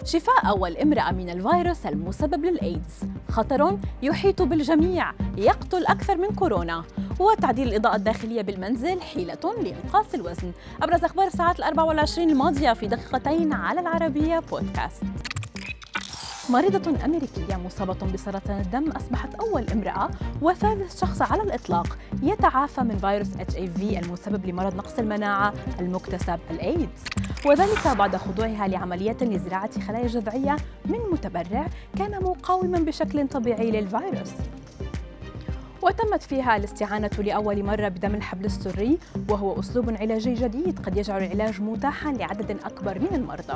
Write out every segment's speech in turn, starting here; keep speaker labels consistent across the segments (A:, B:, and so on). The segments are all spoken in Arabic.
A: شفاء أول امرأة من الفيروس المسبب للإيدز، خطر يحيط بالجميع يقتل أكثر من كورونا، وتعديل الإضاءة الداخلية بالمنزل حيلة لإنقاص الوزن. أبرز أخبار الساعات 24 الماضية في دقيقتين على العربية بودكاست. مريضة أمريكية مصابة بسرطان الدم أصبحت أول امرأة وثالث شخص على الإطلاق يتعافى من فيروس HIV المسبب لمرض نقص المناعة المكتسب الإيدز، وذلك بعد خضوعها لعملية لزراعة خلايا جذعية من متبرع كان مقاوماً بشكل طبيعي للفيروس. وتمت فيها الاستعانة لأول مرة بدم الحبل السري، وهو أسلوب علاجي جديد قد يجعل العلاج متاحاً لعدد أكبر من المرضى.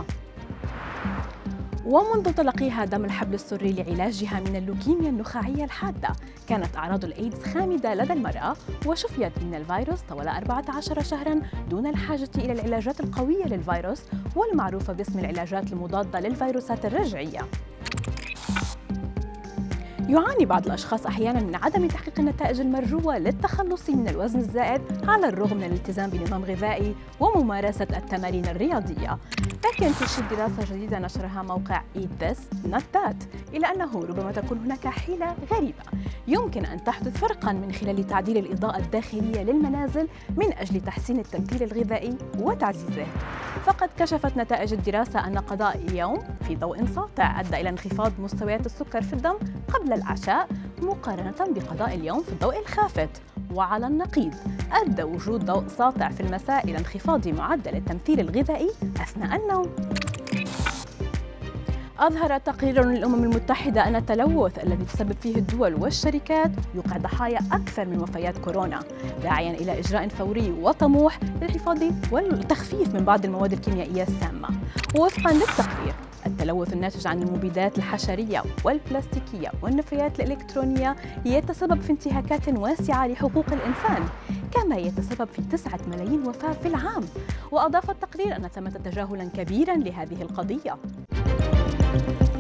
A: ومنذ تلقيها دم الحبل السري لعلاجها من اللوكيميا النخاعية الحادة، كانت أعراض الإيدز خامدة لدى المرأة، وشفيت من الفيروس طوال 14 شهراً دون الحاجة إلى العلاجات القوية للفيروس والمعروفة باسم العلاجات المضادة للفيروسات الرجعية. يعاني بعض الأشخاص أحياناً من عدم تحقيق النتائج المرجوة للتخلص من الوزن الزائد على الرغم من الالتزام بنظام غذائي وممارسة التمارين الرياضية، لكن تشير دراسة جديدة نشرها موقع Eat This Not That إلى أنه ربما تكون هناك حيلة غريبة يمكن أن تحدث فرقاً من خلال تعديل الإضاءة الداخلية للمنازل من أجل تحسين التمثيل الغذائي وتعزيزه. فقد كشفت نتائج الدراسة أن قضاء يوم في ضوء ساطع أدى إلى انخفاض مستويات السكر في الدم قبل العشاء مقارنة بقضاء اليوم في الضوء الخافت، وعلى النقيض أدى وجود ضوء ساطع في المساء إلى انخفاض معدل التمثيل الغذائي أثناء النوم. أظهر تقرير للأمم المتحدة أن التلوث الذي تسبب فيه الدول والشركات يوقع ضحايا أكثر من وفيات كورونا، داعياً إلى إجراء فوري وطموح للحفاظ والتخفيف من بعض المواد الكيميائية السامة. ووفقاً للتقرير، التلوث الناتج عن المبيدات الحشرية والبلاستيكية والنفايات الإلكترونية يتسبب في انتهاكات واسعة لحقوق الإنسان، كما يتسبب في 9 ملايين وفاة في العام. وأضاف التقرير أن ثمة تجاهلاً كبيراً لهذه القضية.